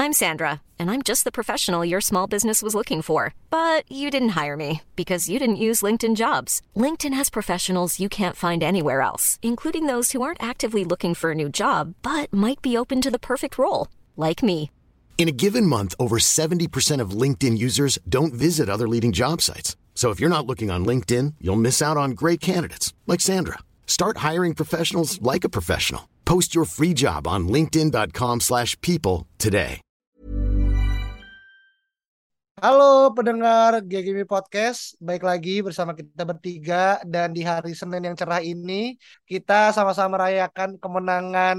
I'm Sandra, and I'm just the professional your small business was looking for. But you didn't hire me because you didn't use LinkedIn Jobs. LinkedIn has professionals you can't find anywhere else, including those who aren't actively looking for a new job, but might be open to the perfect role, like me. In a given month, over 70% of LinkedIn users don't visit other leading job sites. So if you're not looking on LinkedIn, you'll miss out on great candidates like Sandra. Start hiring professionals like a professional. Post your free job on linkedin.com/people today. Halo pendengar GGMI Podcast, baik lagi bersama kita bertiga dan di hari Senin yang cerah ini kita sama-sama merayakan kemenangan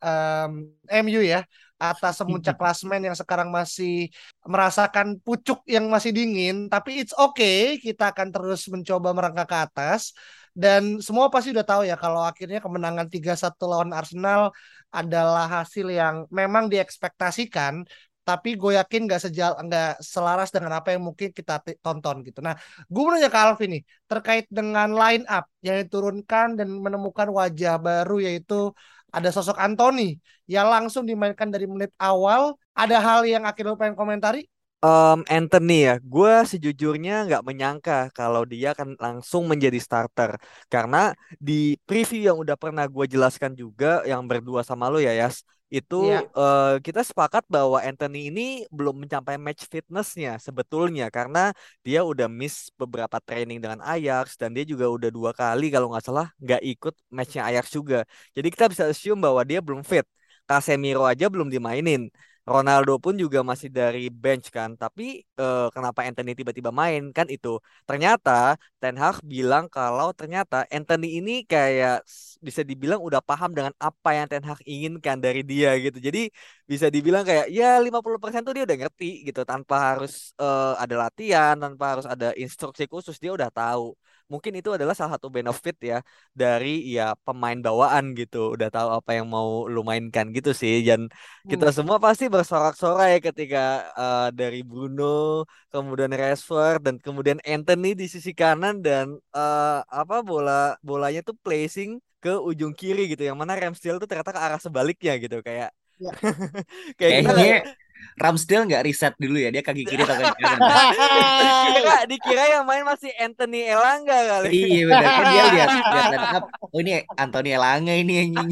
MU ya atas semuncak klasmen yang sekarang masih merasakan pucuk yang masih dingin, tapi it's okay, kita akan terus mencoba merangkak ke atas dan semua pasti udah tahu ya kalau akhirnya kemenangan 3-1 lawan Arsenal adalah hasil yang memang diekspektasikan tapi gue yakin nggak selaras dengan apa yang mungkin kita tonton gitu. Nah, gue mau nanya ke Alvin nih terkait dengan line up yang diturunkan dan menemukan wajah baru yaitu ada sosok Anthony yang langsung dimainkan dari menit awal. Ada hal yang akhirnya lo pengen komentari? Anthony ya, gue sejujurnya nggak menyangka kalau dia akan langsung menjadi starter. Karena di preview yang udah pernah gue jelaskan juga, yang berdua sama lo ya Yas, itu Iya. kita sepakat bahwa Anthony ini belum mencapai match fitnessnya sebetulnya. Karena dia udah miss beberapa training dengan Ajax, dan dia juga udah 2 kali kalau nggak salah nggak ikut matchnya Ajax juga. Jadi kita bisa assume bahwa dia belum fit. Casemiro aja belum dimainin. Ronaldo pun juga masih dari bench kan, tapi kenapa Anthony tiba-tiba main kan itu? Ternyata Ten Hag bilang kalau ternyata Anthony ini kayak bisa dibilang udah paham dengan apa yang Ten Hag inginkan dari dia gitu. Jadi bisa dibilang kayak ya 50% tuh dia udah ngerti gitu, tanpa harus ada latihan, tanpa harus ada instruksi khusus, dia udah tahu. Mungkin itu adalah salah satu benefit ya dari ya pemain bawaan gitu, udah tahu apa yang mau lu mainkan gitu sih. Dan kita Hmm. semua pasti bersorak-sorai ketika dari Bruno, kemudian Rashford, dan kemudian Anthony di sisi kanan, dan apa bolanya tuh placing ke ujung kiri gitu, yang mana Ramsdale tuh ternyata ke arah sebaliknya gitu, kayak Ya. kayak kita Kayaknya Ramsdale nggak riset dulu ya, dia kaki kiri atau kaki kanan ya. dikira yang main masih Anthony Elanga kali. Iya benar kan, dia lihat lihat line up. Oh ini Anthony Elanga ini anjing.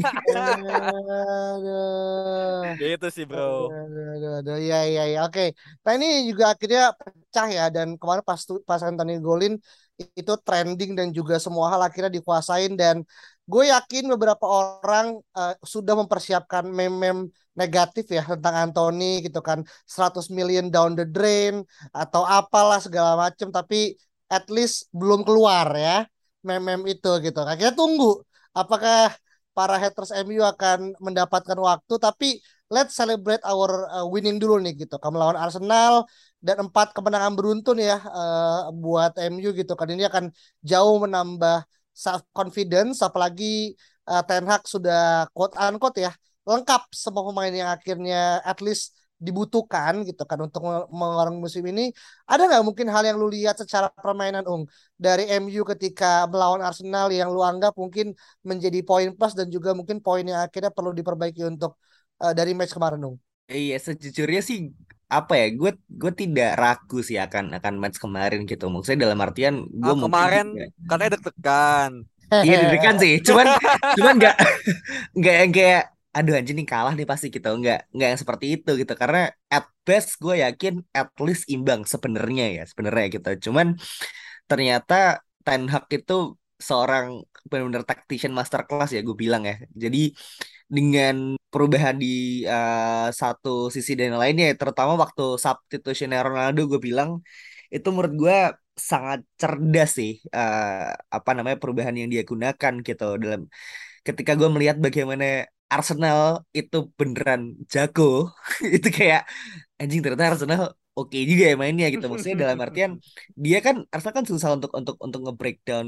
Aduh. Gitu sih bro. Aduh. Ya, ya, ya. Oke. Nah ini juga akhirnya pecah ya dan kemarin pas Anthony golin itu trending dan juga semua hal akhirnya dikuasain dan gue yakin beberapa orang sudah mempersiapkan meme-meme negatif ya tentang Anthony gitu kan 100 million down the drain atau apalah segala macem tapi at least belum keluar ya meme-meme itu gitu. Akhirnya tunggu apakah para haters MU akan mendapatkan waktu tapi let's celebrate our winning dulu nih gitu. Kamu lawan Arsenal dan 4 kemenangan beruntun ya buat MU gitu kan ini akan jauh menambah self confidence apalagi Ten Hag sudah quote unquote ya lengkap semua pemain yang akhirnya at least dibutuhkan gitu kan untuk mengarungi musim ini. Ada nggak mungkin hal yang lu lihat secara permainan dari MU ketika melawan Arsenal yang lu anggap mungkin menjadi poin plus dan juga mungkin poin yang akhirnya perlu diperbaiki untuk dari match kemarin Iya sejujurnya sih apa ya, gue tidak ragu sih akan match kemarin gitu. Maksudnya dalam artian gue mungkin Kemarin juga katanya deg-degan. iya deg-degan sih. Cuman nggak yang kayak aduh anjing nih kalah nih pasti gitu. Nggak yang seperti itu gitu. Karena at best gue yakin at least imbang sebenarnya gitu. Cuman ternyata Ten Hag itu seorang benar-benar tactician masterclass ya gue bilang ya. Jadi dengan perubahan di satu sisi dan yang lainnya, terutama waktu substitutionnya Ronaldo, gue bilang itu menurut gue sangat cerdas sih, apa namanya perubahan yang dia gunakan gitu dalam ketika gue melihat bagaimana Arsenal itu beneran jago itu kayak anjing ternyata Arsenal oke juga ya mainnya gitu. Maksudnya dalam artian dia kan Arsenal kan susah untuk nge-breakdown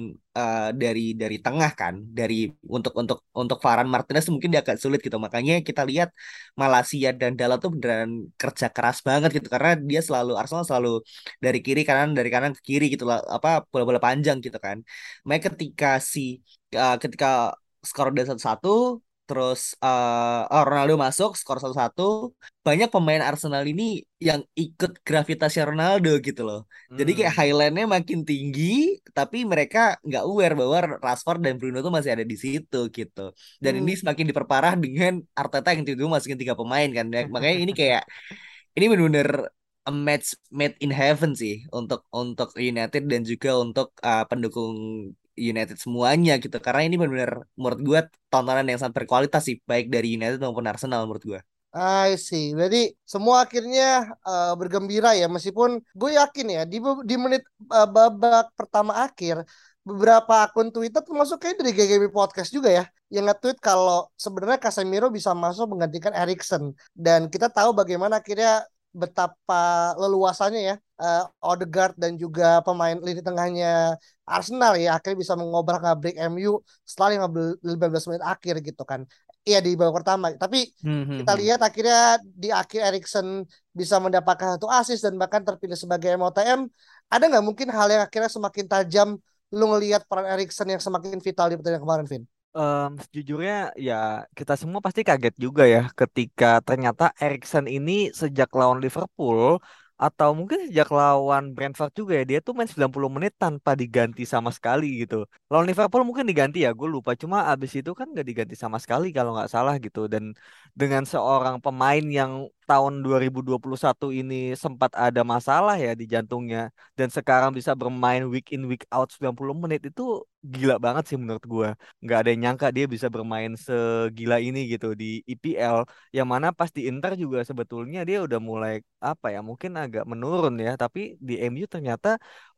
dari tengah kan, dari untuk Varane Martinez mungkin dia agak sulit gitu. Makanya kita lihat Malaysia dan Dalot tuh beneran kerja keras banget gitu karena dia selalu Arsenal selalu dari kanan ke kiri gitu lah, apa bola-bola panjang gitu kan. Makanya ketika skor udah 1-1 terus Ronaldo masuk skor 1-1. Banyak pemain Arsenal ini yang ikut gravitasi Ronaldo gitu loh. Jadi kayak Hmm. highline-nya makin tinggi, tapi mereka nggak aware bahwa Rashford dan Bruno tuh masih ada di situ gitu. Dan ini Hmm. semakin diperparah dengan Arteta yang tiba-tiba masukin 3 pemain kan. Makanya ini kayak ini benar-benar a match made in heaven sih untuk United dan juga untuk pendukung United semuanya gitu. Karena ini benar-benar menurut gue tontonan yang sangat berkualitas sih baik dari United maupun Arsenal menurut gue. I see. Berarti semua akhirnya bergembira ya, meskipun gue yakin ya di menit babak pertama akhir beberapa akun Twitter termasuk kayak dari GGB Podcast juga ya yang nge-tweet kalau sebenarnya Casemiro bisa masuk menggantikan Erikson, dan kita tahu bagaimana akhirnya betapa leluasannya ya Odegaard dan juga pemain lini tengahnya Arsenal ya akhirnya bisa mengobrak-ngabrik MU setelah 15 menit akhir gitu kan. Iya di babak pertama. Tapi Hmm, hmm, kita hmm. lihat akhirnya di akhir Erikson bisa mendapatkan 1 assist dan bahkan terpilih sebagai MOTM. Ada nggak mungkin hal yang akhirnya semakin tajam lu ngelihat peran Erikson yang semakin vital di pertandingan kemarin, Vin? Sejujurnya ya kita semua pasti kaget juga ya ketika ternyata Erikson ini sejak lawan Liverpool atau mungkin sejak lawan Brentford juga ya dia tuh main 90 menit tanpa diganti sama sekali gitu. Lawan Liverpool mungkin diganti ya gue lupa cuma abis itu kan nggak diganti sama sekali kalau nggak salah gitu dan dengan seorang pemain yang tahun 2021 ini sempat ada masalah ya di jantungnya dan sekarang bisa bermain week in week out 90 menit itu gila banget sih menurut gue, nggak ada yang nyangka dia bisa bermain segila ini gitu di IPL yang mana pas di Inter juga sebetulnya dia udah mulai apa ya mungkin agak menurun ya tapi di MU ternyata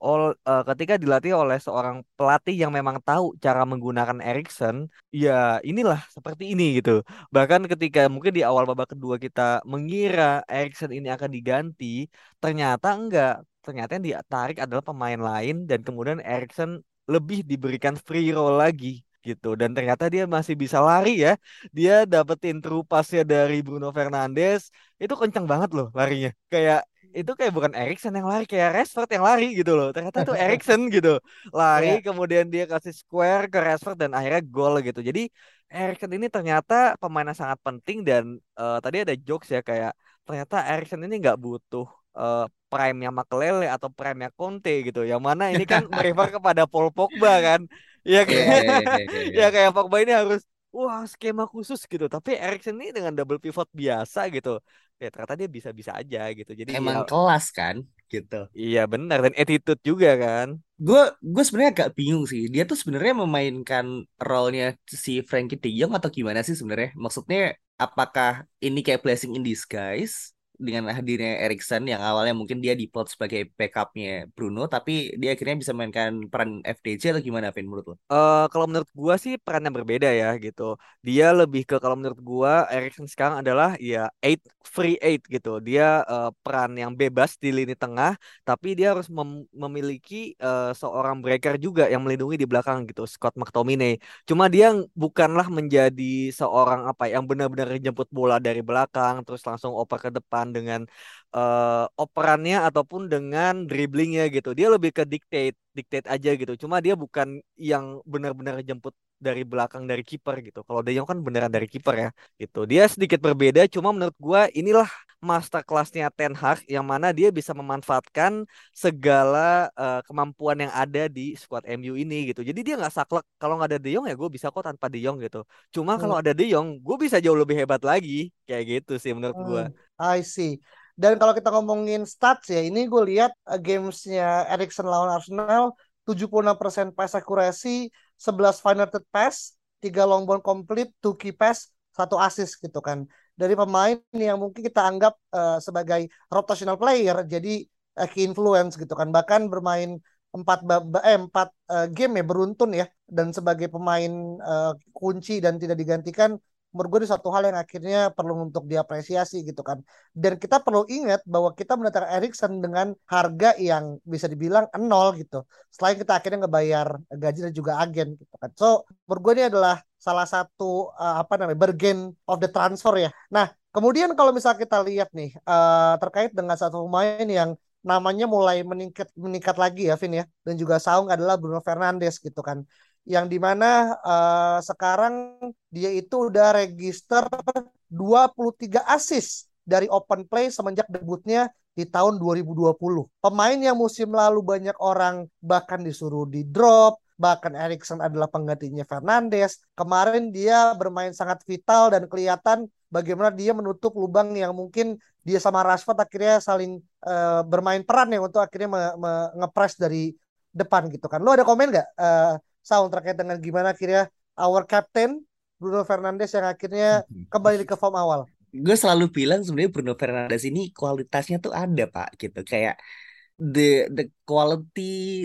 ketika dilatih oleh seorang pelatih yang memang tahu cara menggunakan Erikson ya inilah seperti ini gitu bahkan ketika mungkin di awal babak kedua kita mengira Erikson ini akan diganti ternyata enggak, ternyata yang ditarik adalah pemain lain dan kemudian Erikson lebih diberikan free roll lagi gitu dan ternyata dia masih bisa lari ya, dia dapetin true pass-nya dari Bruno Fernandes itu kencang banget loh larinya kayak itu kayak bukan Erikson yang lari kayak Rashford yang lari gitu loh ternyata itu Erikson gitu lari Ya. kemudian dia kasih square ke Rashford dan akhirnya gol gitu jadi Erikson ini ternyata pemain yang sangat penting dan tadi ada jokes ya kayak ternyata Erikson ini nggak butuh eh, prime-nya Makelele atau prime-nya Conte gitu. Yang mana ini kan merefer kepada Paul Pogba kan. Ya Iya, kayak iya, iya, iya, ya iya. kayak Pogba ini harus wah skema khusus gitu. Tapi Erikson ini dengan double pivot biasa gitu. Ya ternyata dia bisa-bisa aja gitu. Jadi ya Emang kelas kan gitu. iya benar dan attitude juga kan. Gue sebenarnya agak bingung sih. Dia tuh sebenarnya memainkan role-nya si Frankie De Jong atau gimana sih sebenarnya? Maksudnya apakah ini kayak blessing in disguise dengan hadirnya Erikson yang awalnya mungkin dia diplot sebagai backupnya Bruno, tapi dia akhirnya bisa mainkan peran FDJ atau gimana, Vin, menurut lo? Kalau menurut gua sih perannya berbeda ya gitu. Dia lebih ke kalau menurut gua Erikson sekarang adalah ya free eight gitu. Dia peran yang bebas di lini tengah, tapi dia harus memiliki seorang breaker juga yang melindungi di belakang gitu, Scott McTominay. Cuma dia bukanlah menjadi seorang apa ya, yang benar-benar jemput bola dari belakang terus langsung oper ke depan dengan operannya ataupun dengan dribblingnya gitu. Dia lebih ke dictate aja gitu. Cuma dia bukan yang benar-benar jemput dari belakang dari kiper gitu. Kalau De Jong kan beneran dari kiper ya gitu. Dia sedikit berbeda cuma menurut gua inilah master kelasnya Ten Hag yang mana dia bisa memanfaatkan segala kemampuan yang ada di squad MU ini gitu. Jadi dia nggak saklek kalau nggak ada De Jong ya gue bisa kok tanpa De Jong gitu. Cuma Hmm. kalau ada De Jong gue bisa jauh lebih hebat lagi kayak gitu sih menurut Hmm. gua. I see. Dan kalau kita ngomongin stats ya, ini gue lihat gamesnya Erikson lawan Arsenal 76% pass accuracy, 11 final third pass, 3 long ball complete, 2 key pass, 1 assist gitu kan. Dari pemain yang mungkin kita anggap sebagai rotational player, jadi key influence gitu kan. Bahkan bermain 4 game ya beruntun ya, dan sebagai pemain kunci dan tidak digantikan menurut gue itu satu hal yang akhirnya perlu untuk diapresiasi gitu kan. Dan kita perlu ingat bahwa kita mendatangkan Erikson dengan harga yang bisa dibilang nol gitu. Selain kita akhirnya ngebayar gaji dan juga agen gitu kan. So menurut gue ini adalah salah satu apa namanya bargain of the transfer ya. Nah kemudian kalau misalnya kita lihat nih terkait dengan satu pemain yang namanya mulai meningkat meningkat lagi ya Vin ya, dan juga saung adalah Bruno Fernandes gitu kan, yang dimana sekarang dia itu udah register 23 assist dari open play semenjak debutnya di tahun 2020. Pemain yang musim lalu banyak orang bahkan disuruh di drop, bahkan Erikson adalah penggantinya Fernandes. Kemarin dia bermain sangat vital dan kelihatan bagaimana dia menutup lubang yang mungkin dia sama Rashford akhirnya saling bermain peran ya untuk akhirnya nge-press dari depan gitu kan. Lo ada komen nggak, Saul, terkait dengan gimana akhirnya our captain Bruno Fernandes yang akhirnya kembali ke form awal? Gue selalu bilang sebenarnya Bruno Fernandes ini kualitasnya tuh ada Pak gitu, kayak the the quality,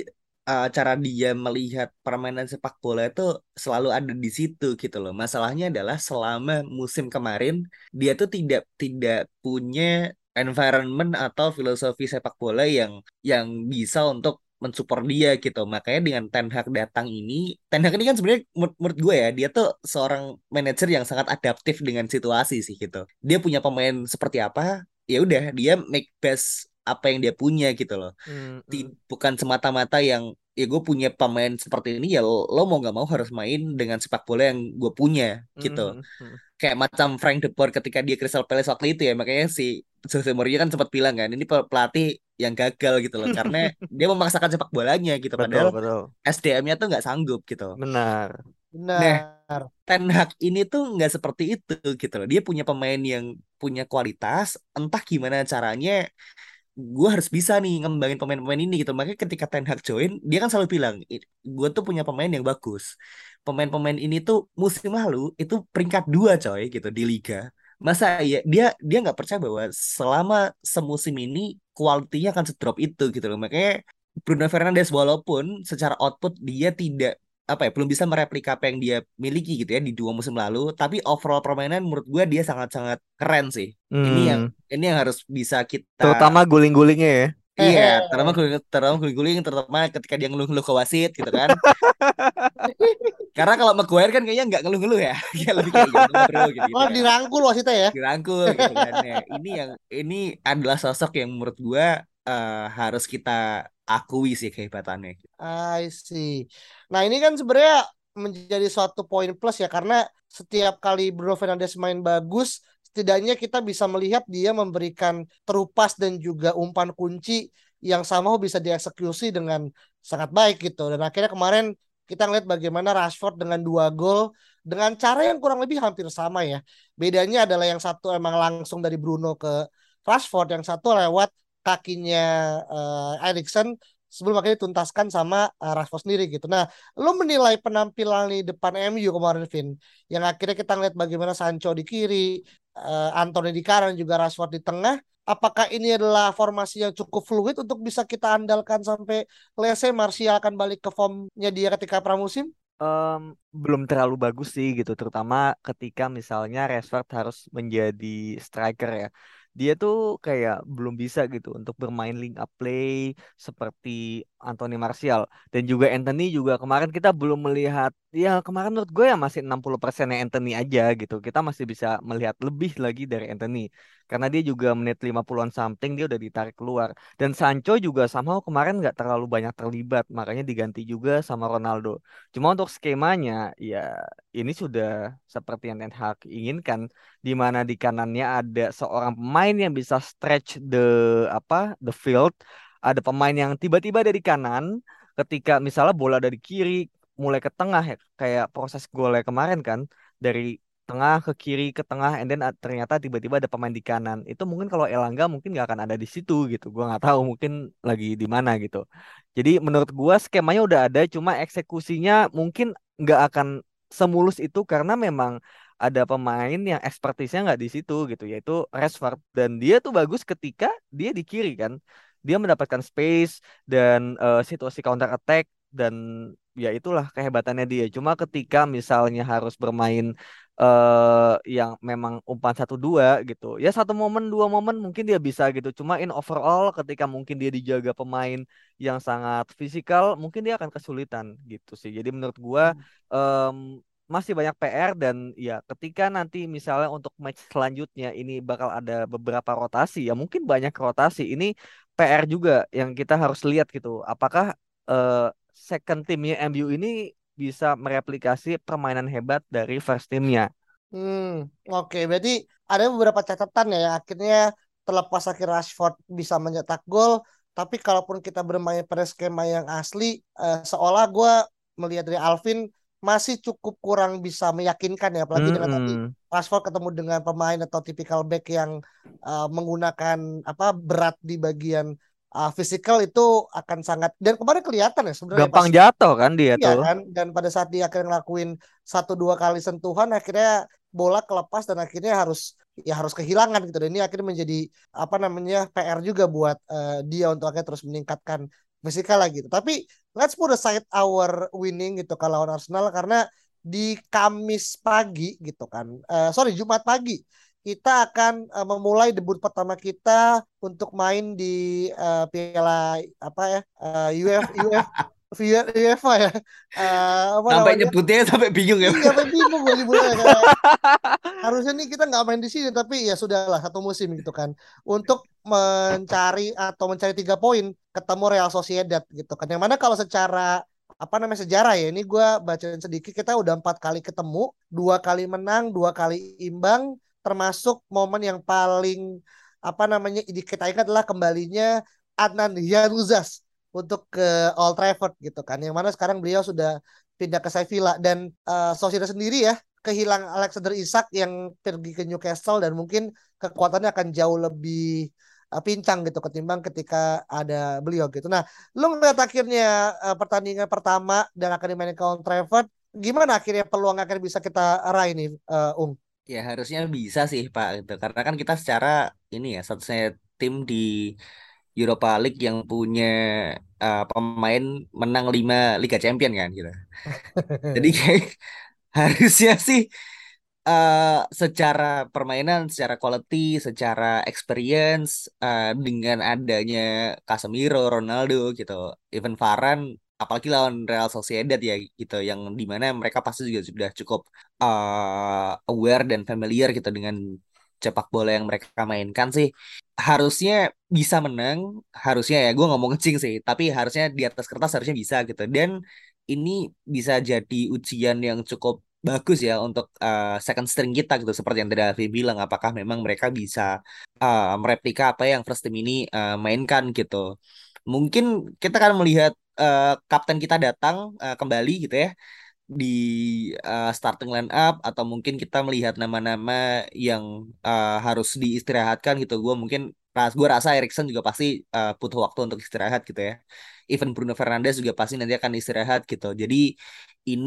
cara dia melihat permainan sepak bola itu selalu ada di situ gitu loh. Masalahnya adalah selama musim kemarin dia tuh tidak punya environment atau filosofi sepak bola yang bisa untuk mensupport dia gitu. Makanya dengan Ten Hag datang ini, Ten Hag ini kan sebenarnya menurut gue ya, dia tuh seorang manajer yang sangat adaptif dengan situasi sih gitu. Dia punya pemain seperti apa, ya udah dia make best apa yang dia punya gitu loh. Hmm, hmm, Bukan semata-mata yang ya gue punya pemain seperti ini ya lo mau nggak mau harus main dengan sepak bola yang gue punya gitu. hmm, hmm. Kayak macam Frank de Boer ketika dia Crystal Palace waktu itu ya, makanya si Jose Mourinho kan sempat bilang kan ini pelatih yang gagal gitu loh karena dia memaksakan sepak bolanya gitu, Betul, padahal betul. SDM-nya tuh nggak sanggup gitu. Benar. Nah, Benar. Ten Hag ini tuh nggak seperti itu gitu loh. Dia punya pemain yang punya kualitas, entah gimana caranya gue harus bisa nih ngembangin pemain-pemain ini gitu. Makanya ketika Ten Hag join, dia kan selalu bilang, gue tuh punya pemain yang bagus. Pemain-pemain ini tuh musim lalu itu peringkat 2 coy gitu di liga. Masa ya dia nggak percaya bahwa selama semusim ini kualitinya akan sedrop itu gitu loh. Makanya Bruno Fernandes walaupun secara output dia tidak apa ya belum bisa mereplika apa yang dia miliki gitu ya di 2 musim lalu, tapi overall permainan menurut gue dia sangat-sangat keren sih. Ini yang Hmm, ini yang harus bisa kita. terutama guling-gulingnya ya. Iya, Hehehe. terutama guling-guling, terutama ketika dia ngeluh-ngeluh ke wasit gitu kan. Karena kalau Maguire kan kayaknya nggak ngeluh-ngeluh ya. Kayak lebih kayak ya udah bro gitu, gitu Oh, kan. dirangkul wasitnya ya. Dirangkul gitu kan. Nah, ini adalah sosok yang menurut gua harus kita akui sih kehebatannya. I see. Nah, ini kan sebenarnya menjadi suatu poin plus ya, karena setiap kali Bruno Fernandes main bagus, setidaknya kita bisa melihat dia memberikan terupas dan juga umpan kunci yang sama bisa dieksekusi dengan sangat baik gitu. Dan akhirnya kemarin kita ngeliat bagaimana Rashford dengan 2 gol dengan cara yang kurang lebih hampir sama ya. Bedanya adalah yang satu emang langsung dari Bruno ke Rashford, yang satu lewat kakinya Erikson sebelum akhirnya dituntaskan sama Rashford sendiri gitu. Nah, lo menilai penampilan di depan MU kemarin, Vin, yang akhirnya kita ngeliat bagaimana Sancho di kiri, Anthony di kanan, juga Rashford di tengah. Apakah ini adalah formasi yang cukup fluid untuk bisa kita andalkan sampai Lese Martial akan balik ke formnya dia ketika pramusim? Em, Belum terlalu bagus sih gitu, terutama ketika misalnya Rashford harus menjadi striker ya. Dia tuh kayak belum bisa gitu untuk bermain link up play seperti Anthony Martial dan juga Anthony juga kemarin kita belum melihat ya kemarin menurut gue ya masih 60% Anthony aja gitu. Kita masih bisa melihat lebih lagi dari Anthony karena dia juga menit 50-an something dia udah ditarik keluar dan Sancho juga somehow kemarin nggak terlalu banyak terlibat makanya diganti juga sama Ronaldo. Cuma untuk skemanya, ya ini sudah seperti yang Ten Hag inginkan, di mana di kanannya ada seorang pemain yang bisa stretch the field, ada pemain yang tiba-tiba dari kanan, ketika misalnya bola dari kiri mulai ke tengah ya, kayak proses golnya kemarin kan, dari tengah ke kiri ke tengah, and then ternyata tiba-tiba ada pemain di kanan. Itu mungkin kalau Elanga mungkin nggak akan ada di situ gitu. Gua nggak tahu mungkin lagi di mana gitu. Jadi menurut gua skemanya udah ada, cuma eksekusinya mungkin nggak akan semulus itu karena memang ada pemain yang ekspertisnya nggak di situ gitu, yaitu Rashford dan dia tuh bagus ketika dia di kiri kan, dia mendapatkan space dan situasi counter attack dan ya itulah kehebatannya dia. Cuma ketika misalnya harus bermain yang memang umpan 1-2 gitu, ya 1 momen 2 momen mungkin dia bisa gitu. Cuma in overall ketika mungkin dia dijaga pemain yang sangat fisikal, mungkin dia akan kesulitan gitu sih. Jadi menurut gua em, masih banyak PR dan ya ketika nanti misalnya untuk match selanjutnya ini bakal ada beberapa rotasi, ya mungkin banyak rotasi. Ini PR juga yang kita harus lihat gitu. Apakah eh, second timnya MU ini bisa mereplikasi permainan hebat dari first teamnya. Oke, berarti ada beberapa catatan ya, akhirnya terlepas akhir Rashford bisa mencetak gol, tapi kalaupun kita bermain pada skema yang asli, seolah gue melihat dari Alvin masih cukup kurang bisa meyakinkan ya, apalagi dengan tadi Mm-mm. Rashford ketemu dengan pemain atau tipikal back yang menggunakan apa berat di bagian physical itu akan sangat, dan kemarin kelihatan ya sebenarnya pas. Gampang jatuh kan dia Iya tuh. kan, dan pada saat dia akhirnya ngelakuin satu dua kali sentuhan, akhirnya bola kelepas dan akhirnya harus kehilangan gitu. Dan ini akhirnya menjadi apa namanya PR juga buat dia untuk akhirnya terus meningkatkan fisikal lagi gitu. Tapi let's put aside our winning gitu kalau lawan Arsenal, karena di Kamis pagi gitu kan, sorry Jumat pagi kita akan memulai debut pertama kita untuk main di Piala apa ya, UEFA ya, apa Sampai namanya, nyebutnya sampai bingung ya. iya sampai bingung gue nyebutnya kayak harusnya nih kita nggak main di sini, tapi ya sudahlah satu musim gitu kan untuk mencari 3 poin ketemu Real Sociedad gitu kan, yang mana kalau secara apa namanya sejarah ya, ini gue bacain sedikit, kita udah 4 kali ketemu, 2 kali menang, 2 kali imbang, termasuk momen yang paling apa namanya kita ingat adalah kembalinya Adnan Januzaj untuk ke Old Trafford gitu kan, yang mana sekarang beliau sudah pindah ke Sevilla, dan Sociedad sendiri ya kehilangan Alexander Isak yang pergi ke Newcastle, dan mungkin kekuatannya akan jauh lebih pincang gitu ketimbang ketika ada beliau gitu. Nah, lu ngeliat akhirnya pertandingan pertama dan akan dimainkan ke Old Trafford, gimana akhirnya peluang akhirnya bisa kita raih nih, Ung? Ya harusnya bisa sih Pak gitu. Karena kan kita secara ini ya satu-satunya tim di Europa League yang punya pemain menang 5 Liga Champion kan gitu. Jadi kayak harusnya sih eh, secara permainan, secara quality, secara experience, dengan adanya Casemiro, Ronaldo gitu, even Varane, apalagi lawan Real Sociedad ya gitu, yang dimana mereka pasti juga sudah cukup aware dan familiar gitu dengan sepak bola yang mereka mainkan sih, harusnya bisa menang, harusnya ya gue ngomong ngecing sih, tapi harusnya di atas kertas harusnya bisa gitu, dan ini bisa jadi ujian yang cukup bagus ya untuk second string kita gitu, seperti yang tadi Alfi bilang, apakah memang mereka bisa mereplika apa yang first team ini mainkan gitu. Mungkin kita akan melihat kapten kita datang kembali gitu ya di starting line up, atau mungkin kita melihat nama-nama yang harus diistirahatkan gitu. Gue rasa Erikson juga pasti butuh waktu untuk istirahat gitu ya. Even Bruno Fernandes juga pasti nanti akan istirahat gitu. Jadi ini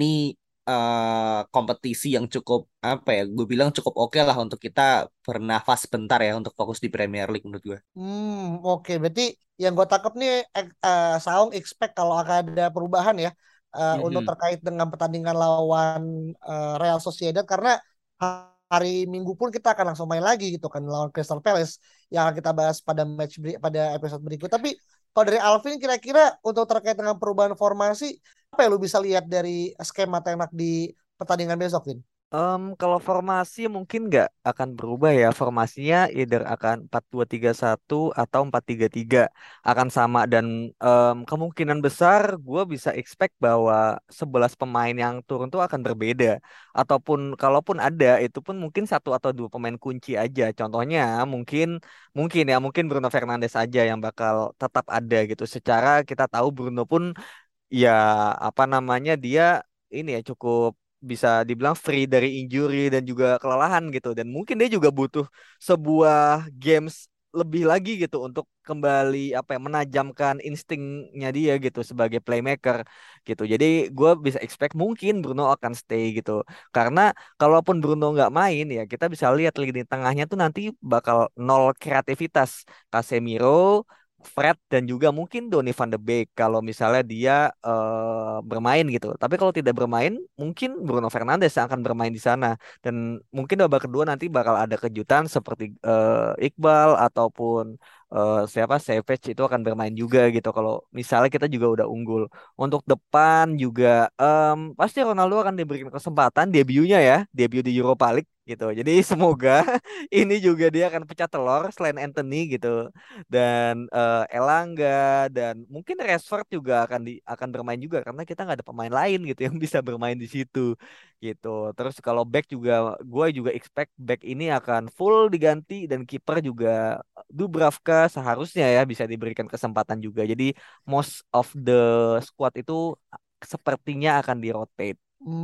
kompetisi yang cukup apa ya? Gue bilang cukup oke lah untuk kita bernafas sebentar ya untuk fokus di Premier League menurut gue. Oke, berarti yang gue tangkap nih Saung expect kalau akan ada perubahan ya untuk Mhm. terkait dengan pertandingan lawan Real Sociedad, karena hari Minggu pun kita akan langsung main lagi gitu kan lawan Crystal Palace yang akan kita bahas pada pada episode berikut. Tapi kalau dari Alvin kira-kira untuk terkait dengan perubahan formasi, apa yang lu bisa lihat dari skema tembak di pertandingan besok, Vin? Kalau formasi mungkin nggak akan berubah ya. Formasinya either akan 4-2-3-1 atau 4-3-3 akan sama, dan kemungkinan besar gue bisa expect bahwa 11 pemain yang turun tuh akan berbeda, ataupun kalaupun ada itu pun mungkin satu atau dua pemain kunci aja. Contohnya mungkin mungkin Bruno Fernandes aja yang bakal tetap ada gitu. Secara kita tahu Bruno pun ya apa namanya dia ini ya cukup bisa dibilang free dari injury dan juga kelelahan gitu, dan mungkin dia juga butuh sebuah games lebih lagi gitu untuk kembali apa ya menajamkan instingnya dia gitu sebagai playmaker gitu. Jadi gue bisa expect mungkin Bruno akan stay gitu, karena kalaupun Bruno nggak main ya kita bisa lihat lini tengahnya tuh nanti bakal nol kreativitas. Casemiro, Fred, dan juga mungkin Donny van de Beek kalau misalnya dia bermain gitu. Tapi kalau tidak bermain, mungkin Bruno Fernandes yang akan bermain di sana. Dan mungkin babak kedua nanti bakal ada kejutan seperti Iqbal ataupun siapa Savage itu akan bermain juga gitu. Kalau misalnya kita juga udah unggul. Untuk depan juga pasti Ronaldo akan diberikan kesempatan debutnya ya, debut di Europa League gitu. Jadi semoga ini juga dia akan pecah telur selain Anthony gitu. Dan Elanga dan mungkin Rashford juga akan bermain juga karena kita nggak ada pemain lain gitu yang bisa bermain di situ gitu. Terus kalau back juga gue juga expect back ini akan full diganti dan kiper juga Dubravka seharusnya ya bisa diberikan kesempatan juga. Jadi most of the squad itu sepertinya akan di-rotate.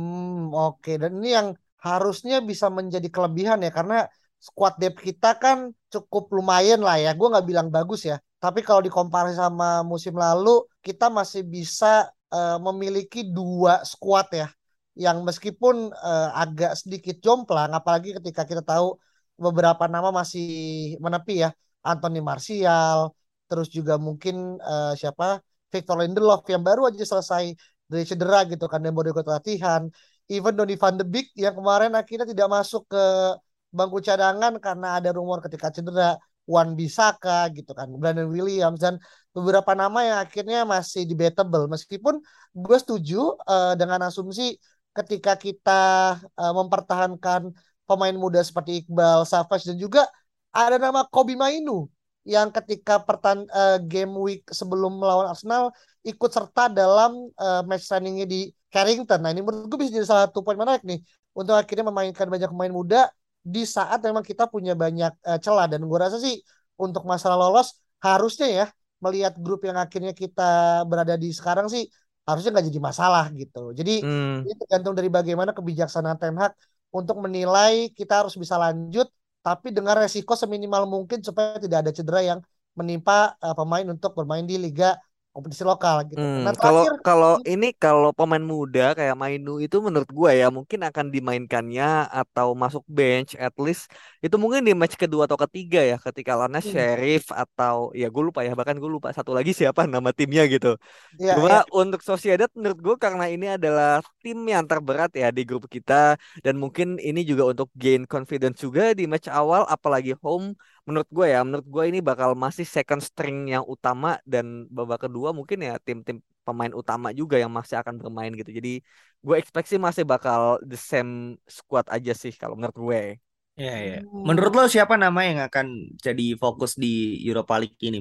Oke. Dan ini yang harusnya bisa menjadi kelebihan ya, karena squad depth kita kan cukup lumayan lah ya. Gue nggak bilang bagus ya, tapi kalau dikomparasi sama musim lalu, kita masih bisa memiliki dua squad ya, yang meskipun agak sedikit jomplang, apalagi ketika kita tahu beberapa nama masih menepi ya, Anthony Martial, terus juga mungkin siapa, Victor Lindelof yang baru aja selesai dari cedera gitu kan, dan baru ikut latihan. Even Donny van de Beek yang kemarin akhirnya tidak masuk ke bangku cadangan karena ada rumor ketika cedera. Wan Bissaka gitu kan, Brandon Williams, dan beberapa nama yang akhirnya masih debatable. Meskipun gue setuju dengan asumsi ketika kita mempertahankan pemain muda seperti Iqbal, Savage, dan juga ada nama Kobbie Mainoo yang ketika game week sebelum melawan Arsenal ikut serta dalam match trainingnya di Carrington. Nah, ini menurut gue bisa jadi salah satu poin menarik nih untuk akhirnya memainkan banyak pemain muda di saat memang kita punya banyak celah. Dan gue rasa sih untuk masalah lolos harusnya ya, melihat grup yang akhirnya kita berada di sekarang sih harusnya nggak jadi masalah gitu. Jadi Hmm. ini tergantung dari bagaimana kebijaksanaan Ten Hag untuk menilai kita harus bisa lanjut tapi dengan resiko seminimal mungkin supaya tidak ada cedera yang menimpa pemain untuk bermain di liga kompetisi lokal gitu. Nah, Kalau terakhir kalau ini kalau pemain muda kayak Mainu itu menurut gua ya mungkin akan dimainkannya atau masuk bench at least itu mungkin di match kedua atau ketiga ya ketika lawannya hmm, Sheriff atau ya gue lupa ya bahkan gue lupa satu lagi siapa nama timnya gitu. ya Cuma ya. untuk Sociedad menurut gue karena ini adalah tim yang terberat ya di grup kita dan mungkin ini juga untuk gain confidence juga di match awal apalagi home menurut gue ini bakal masih second string yang utama dan babak kedua mungkin ya tim-tim pemain utama juga yang masih akan bermain gitu. Jadi gue expect sih masih bakal the same squad aja sih kalau menurut gue. Ya, ya. Hmm, Menurut lo siapa nama yang akan jadi fokus di Europa League ini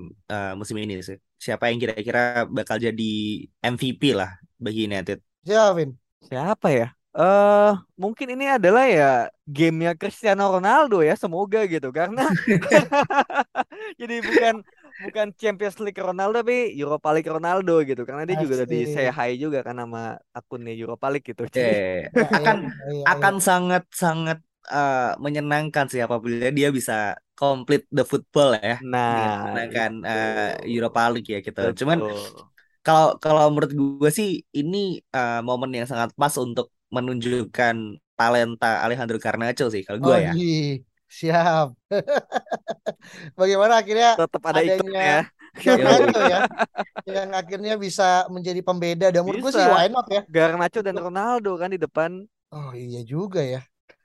musim ini sih? Siapa yang kira-kira bakal jadi MVP lah bagi United? ya Vin. Siapa ya? Mungkin ini adalah ya gamenya Cristiano Ronaldo ya, semoga gitu karena jadi bukan bukan Champions League Ronaldo tapi Europa League Ronaldo gitu karena dia juga udah di say Asik. hi juga kan sama akunnya Europa League gitu. Jadi Eh, Ya, ya, akan ya, ya, ya. akan sangat-sangat menyenangkan sih apabila dia bisa complete the football ya dengan nah menangkan itu Europa League ya gitu. Cuman betul. kalau kalau menurut gue sih ini momen yang sangat pas untuk menunjukkan talenta Alejandro Garnacho sih kalau gue Oh, ya. siap. Bagaimana akhirnya Tetap ada adanya iklannya. Garnacho Yoi. ya, yang akhirnya bisa menjadi pembeda. Dan menurut gue Bisa sih why not ya. Garnacho dan Untuk, Ronaldo kan di depan. oh iya juga ya.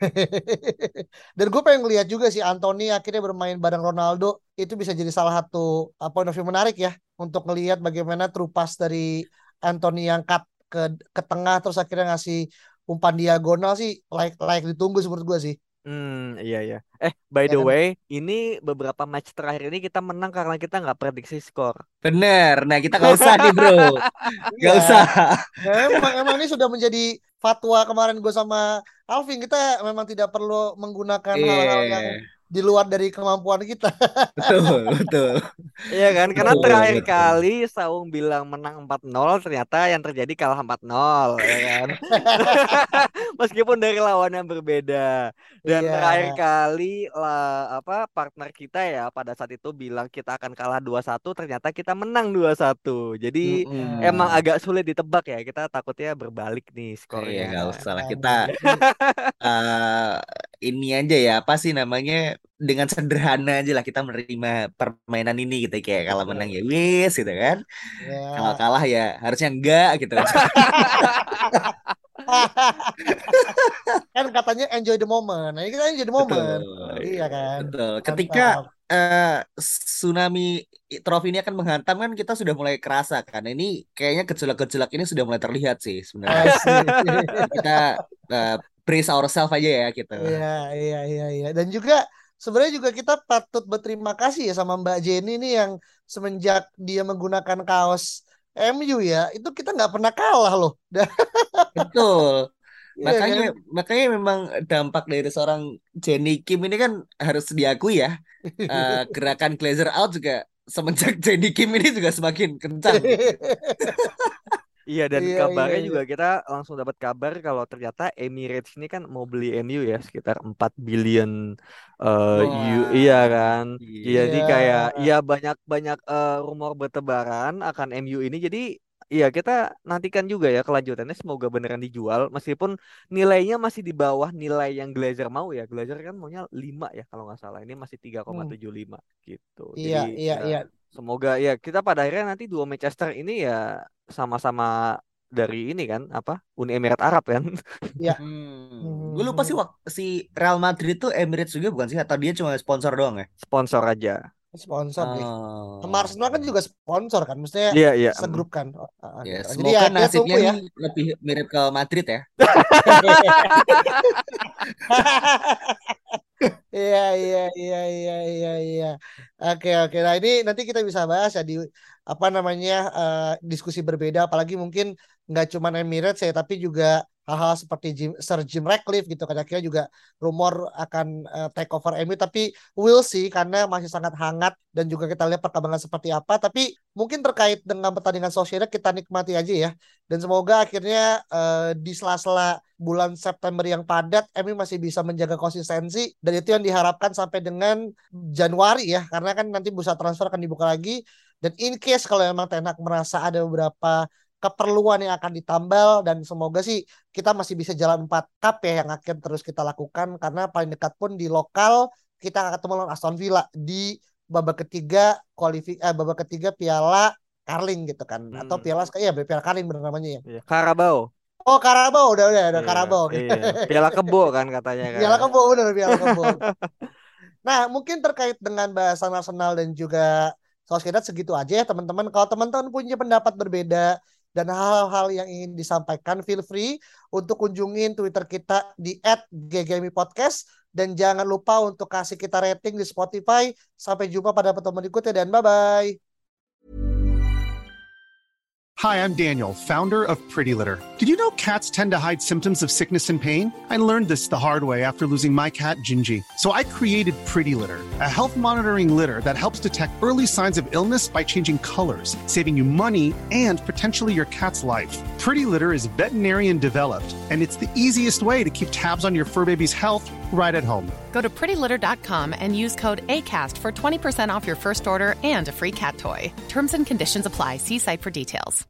Dan gue pengen lihat juga sih Anthony akhirnya bermain bareng Ronaldo, itu bisa jadi salah satu point of view menarik ya untuk ngelihat bagaimana true pass dari Anthony yang cut ke tengah terus akhirnya ngasih umpan diagonal sih, layak ditunggu sih menurut gue sih. Iya ya. By Ya the kan? way, ini beberapa match terakhir ini kita menang karena kita nggak prediksi skor. Bener. Nah kita nggak usah nih bro, Iya. nggak usah. Ya, emang ini sudah menjadi fatwa kemarin gue sama Alvin, kita memang tidak perlu menggunakan hal-hal yang Iya, di luar dari kemampuan kita. betul betul Iya kan? Karena betul terakhir betul. kali Saung bilang menang 4-0, ternyata yang terjadi kalah 4-0, ya kan? Meskipun dari lawan yang berbeda. Dan Iya. terakhir kali lah apa partner kita ya pada saat itu bilang kita akan kalah 2-1, ternyata kita menang 2-1. Jadi emang Mm-mm. agak sulit ditebak ya. Kita takutnya berbalik nih Iya skornya. nggak usah lah kita Ini eh ini aja ya apa sih namanya dengan sederhana aja lah kita menerima permainan ini gitu kayak kalau menang ya Betul. wis gitu kan kalau ya. kalah ya harusnya enggak gitu kan. Kan katanya enjoy the moment. Nah, ini kita enjoy the moment. Betul Iya kan? betul ketika Mantap. tsunami trofi ini akan menghantam kan kita sudah mulai kerasa kan. Ini kayaknya gejolak-gejolak ini sudah mulai terlihat sih sebenarnya. Kita brace ourselves aja ya gitu. Iya. Dan juga sebenarnya juga kita patut berterima kasih ya sama Mbak Jenny nih yang semenjak dia menggunakan kaos MU ya, itu kita nggak pernah kalah loh. Betul. Iya kan? Makanya memang dampak dari seorang Jenny Kim ini kan harus diakui ya. Gerakan Glazer out juga semenjak Jenny Kim ini juga semakin kencang. Iya, dan Iya. kabarnya juga kita langsung dapat kabar kalau ternyata Emirates ini kan mau beli MU ya sekitar 4 billion iya kan. Jadi Iya. kayak ya banyak rumor bertebaran akan MU ini. Jadi iya kita nantikan juga ya kelanjutannya, semoga beneran dijual meskipun nilainya masih di bawah nilai yang Glazer mau ya. Glazer kan maunya 5 ya kalau nggak salah. Ini masih 3,75 gitu. Iya. Jadi ya semoga ya kita pada akhirnya nanti dua Manchester ini ya sama-sama dari ini kan apa Uni Emirat Arab kan. Iya. Gue lupa sih si Real Madrid tuh Emirates juga bukan sih, atau dia cuma sponsor doang ya? Sponsor aja. Sponsor deh. Sama Arsenal kan juga sponsor kan, maksudnya Iya. segrup kan. Ya, Gitu. semoga Jadi ya kita nasibnya tunggu ya. nih lebih mirip ke Madrid ya. Iya. Oke. Nah, ini nanti kita bisa bahas ya di apa namanya diskusi berbeda, apalagi mungkin nggak cuma Emirates ya, tapi juga hal-hal seperti Sir Jim Ratcliffe gitu. Kadang-kadang juga rumor akan take over MU, tapi we'll see karena masih sangat hangat dan juga kita lihat perkembangan seperti apa. Tapi mungkin terkait dengan pertandingan Sociedad kita nikmati aja ya. Dan semoga akhirnya di sela-sela bulan September yang padat MU masih bisa menjaga konsistensi, dan itu yang diharapkan sampai dengan Januari ya, karena kan nanti bursa transfer akan dibuka lagi. Dan in case kalau memang Ten Hag merasa ada beberapa keperluan yang akan ditambal, dan semoga sih kita masih bisa jalan 4 cup ya yang akan terus kita lakukan, karena paling dekat pun di lokal kita akan ketemu lawan Aston Villa di babak ketiga babak ketiga Piala Carling gitu kan, atau Piala Carling benar namanya ya. Carabao. Oh, Carabao udah Carabao. Iya. Piala Kebo kan katanya kan. Piala Kebo. Nah, mungkin terkait dengan bahasan Arsenal dan juga Sociedad segitu aja ya teman-teman. Kalau teman-teman punya pendapat berbeda dan hal-hal yang ingin disampaikan, feel free untuk kunjungin Twitter kita di @ggmipodcast, dan jangan lupa untuk kasih kita rating di Spotify. Sampai jumpa pada pertemuan berikutnya dan bye-bye. Hi, I'm Daniel, founder of Pretty Litter. Did you know cats tend to hide symptoms of sickness and pain? I learned this the hard way after losing my cat, Gingy. So I created Pretty Litter, a health monitoring litter that helps detect early signs of illness by changing colors, saving you money and potentially your cat's life. Pretty Litter is veterinarian developed, and it's the easiest way to keep tabs on your fur baby's health right at home. Go to prettylitter.com and use code ACAST for 20% off your first order and a free cat toy. Terms and conditions apply. See site for details.